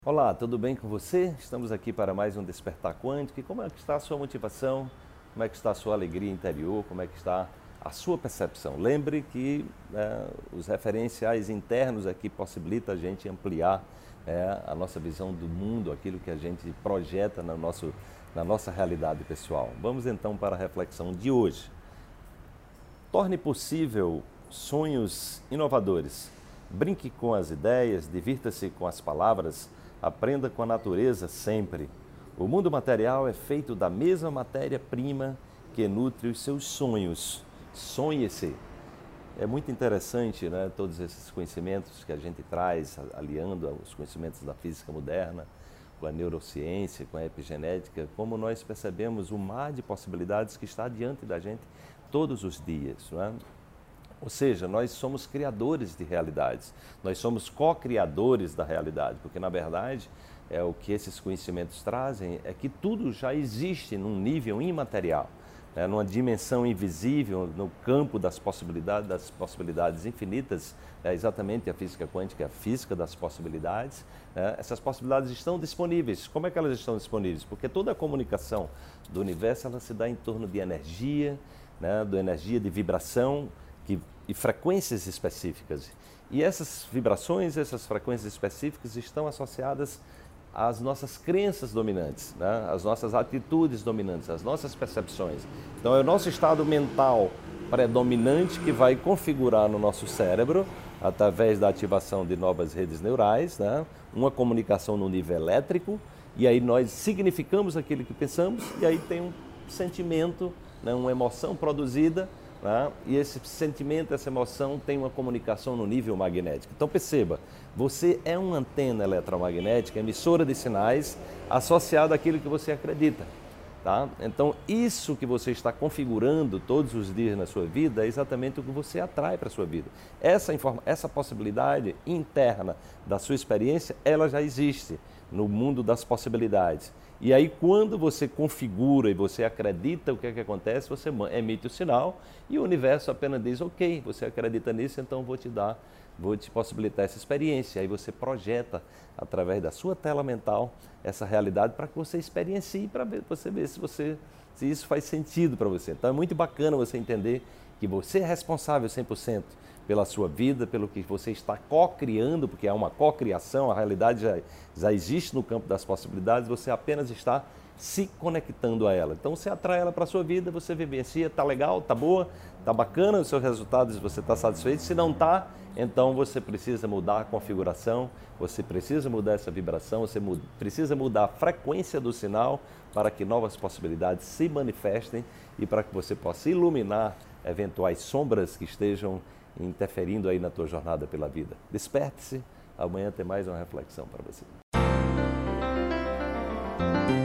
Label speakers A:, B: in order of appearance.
A: Olá, tudo bem com você? Estamos aqui para mais um Despertar Quântico. E como é que está a sua motivação? Como é que está a sua alegria interior? Como é que está a sua percepção? Lembre que os referenciais internos aqui possibilitam a gente ampliar a nossa visão do mundo, aquilo que a gente projeta na nossa realidade pessoal. Vamos então para a reflexão de hoje. Torne possível sonhos inovadores. Brinque com as ideias, divirta-se com as palavras. Aprenda com a natureza sempre. O mundo material é feito da mesma matéria-prima que nutre os seus sonhos. Sonhe-se. É muito interessante, né, todos esses conhecimentos que a gente traz, aliando aos conhecimentos da física moderna, com a neurociência, com a epigenética, como nós percebemos o mar de possibilidades que está diante da gente todos os dias, não é? Ou seja, nós somos criadores de realidades, nós somos co-criadores da realidade, porque na verdade o que esses conhecimentos trazem é que tudo já existe num nível imaterial, numa dimensão invisível, no campo das possibilidades infinitas, exatamente a física quântica, a física das possibilidades. Essas possibilidades estão disponíveis. Como é que elas estão disponíveis? Porque toda a comunicação do universo ela se dá em torno de energia, de energia de vibração, e frequências específicas. E essas vibrações, essas frequências específicas estão associadas às nossas crenças dominantes, às nossas atitudes dominantes, às nossas percepções. Então é o nosso estado mental predominante que vai configurar no nosso cérebro, através da ativação de novas redes neurais, uma comunicação no nível elétrico, e aí nós significamos aquilo que pensamos, e aí tem um sentimento, uma emoção produzida, e esse sentimento, essa emoção tem uma comunicação no nível magnético. Então perceba, você é uma antena eletromagnética, emissora de sinais, associada àquilo que você acredita. Então isso que você está configurando todos os dias na sua vida é exatamente o que você atrai para a sua vida. Essa possibilidade interna da sua experiência, ela já existe no mundo das possibilidades. E aí quando você configura e você acredita, o que é que acontece? Você emite o sinal e o universo apenas diz, ok, você acredita nisso, então vou te possibilitar essa experiência. Aí você projeta através da sua tela mental essa realidade para que você experiencie, para você ver se isso faz sentido para você. Então é muito bacana você entender que você é responsável 100% pela sua vida, pelo que você está co-criando, porque é uma co-criação, a realidade já existe no campo das possibilidades, você apenas está se conectando a ela. Então você atrai ela para a sua vida, você vivencia, está legal, está boa, está bacana, os seus resultados, você está satisfeito. Se não está, então você precisa mudar a configuração, você precisa mudar essa vibração, você precisa mudar a frequência do sinal para que novas possibilidades se manifestem e para que você possa iluminar eventuais sombras que estejam interferindo aí na tua jornada pela vida. Desperte-se, amanhã tem mais uma reflexão para você.